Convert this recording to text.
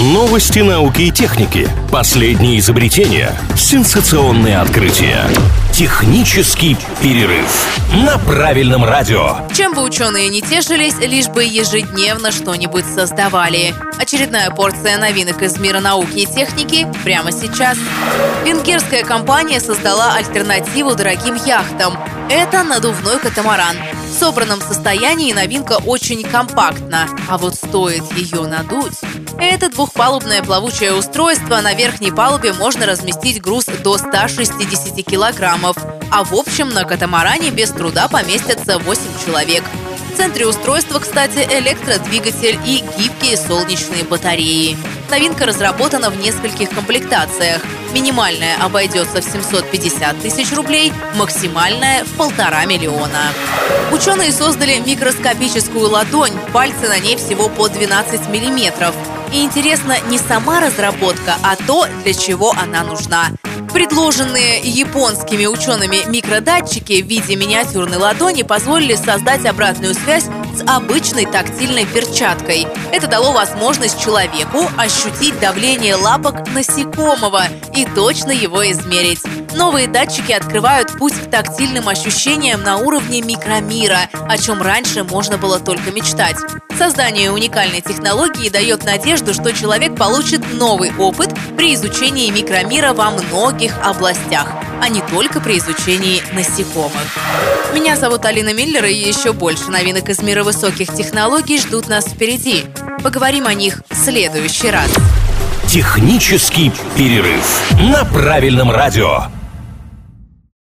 Новости науки и техники, последние изобретения, сенсационные открытия. Технический перерыв на правильном радио. Чем бы ученые не тешились, лишь бы ежедневно что-нибудь создавали. Очередная порция новинок из мира науки и техники прямо сейчас. Венгерская компания создала альтернативу дорогим яхтам. Это надувной катамаран. В собранном состоянии новинка очень компактна, а вот стоит ее надуть. Это двухпалубное плавучее устройство. На верхней палубе можно разместить груз до 160 килограммов, а в общем на катамаране без труда поместятся 8 человек. В центре устройства, кстати, электродвигатель и гибкие солнечные батареи. Новинка разработана в нескольких комплектациях. Минимальная обойдется в 750 тысяч рублей, максимальная в 1,5 миллиона. Ученые создали микроскопическую ладонь, пальцы на ней всего по 12 миллиметров. И интересно не сама разработка, а то, для чего она нужна. Предложенные японскими учеными микродатчики в виде миниатюрной ладони позволили создать обратную связь с обычной тактильной перчаткой. Это дало возможность человеку ощутить давление лапок насекомого и точно его измерить. Новые датчики открывают путь к тактильным ощущениям на уровне микромира, о чем раньше можно было только мечтать. Создание уникальной технологии дает надежду, что человек получит новый опыт при изучении микромира во многих областях, а не только при изучении насекомых. Меня зовут Алина Миллер, и еще больше новинок из мира высоких технологий ждут нас впереди. Поговорим о них в следующий раз. Технический перерыв на правильном радио.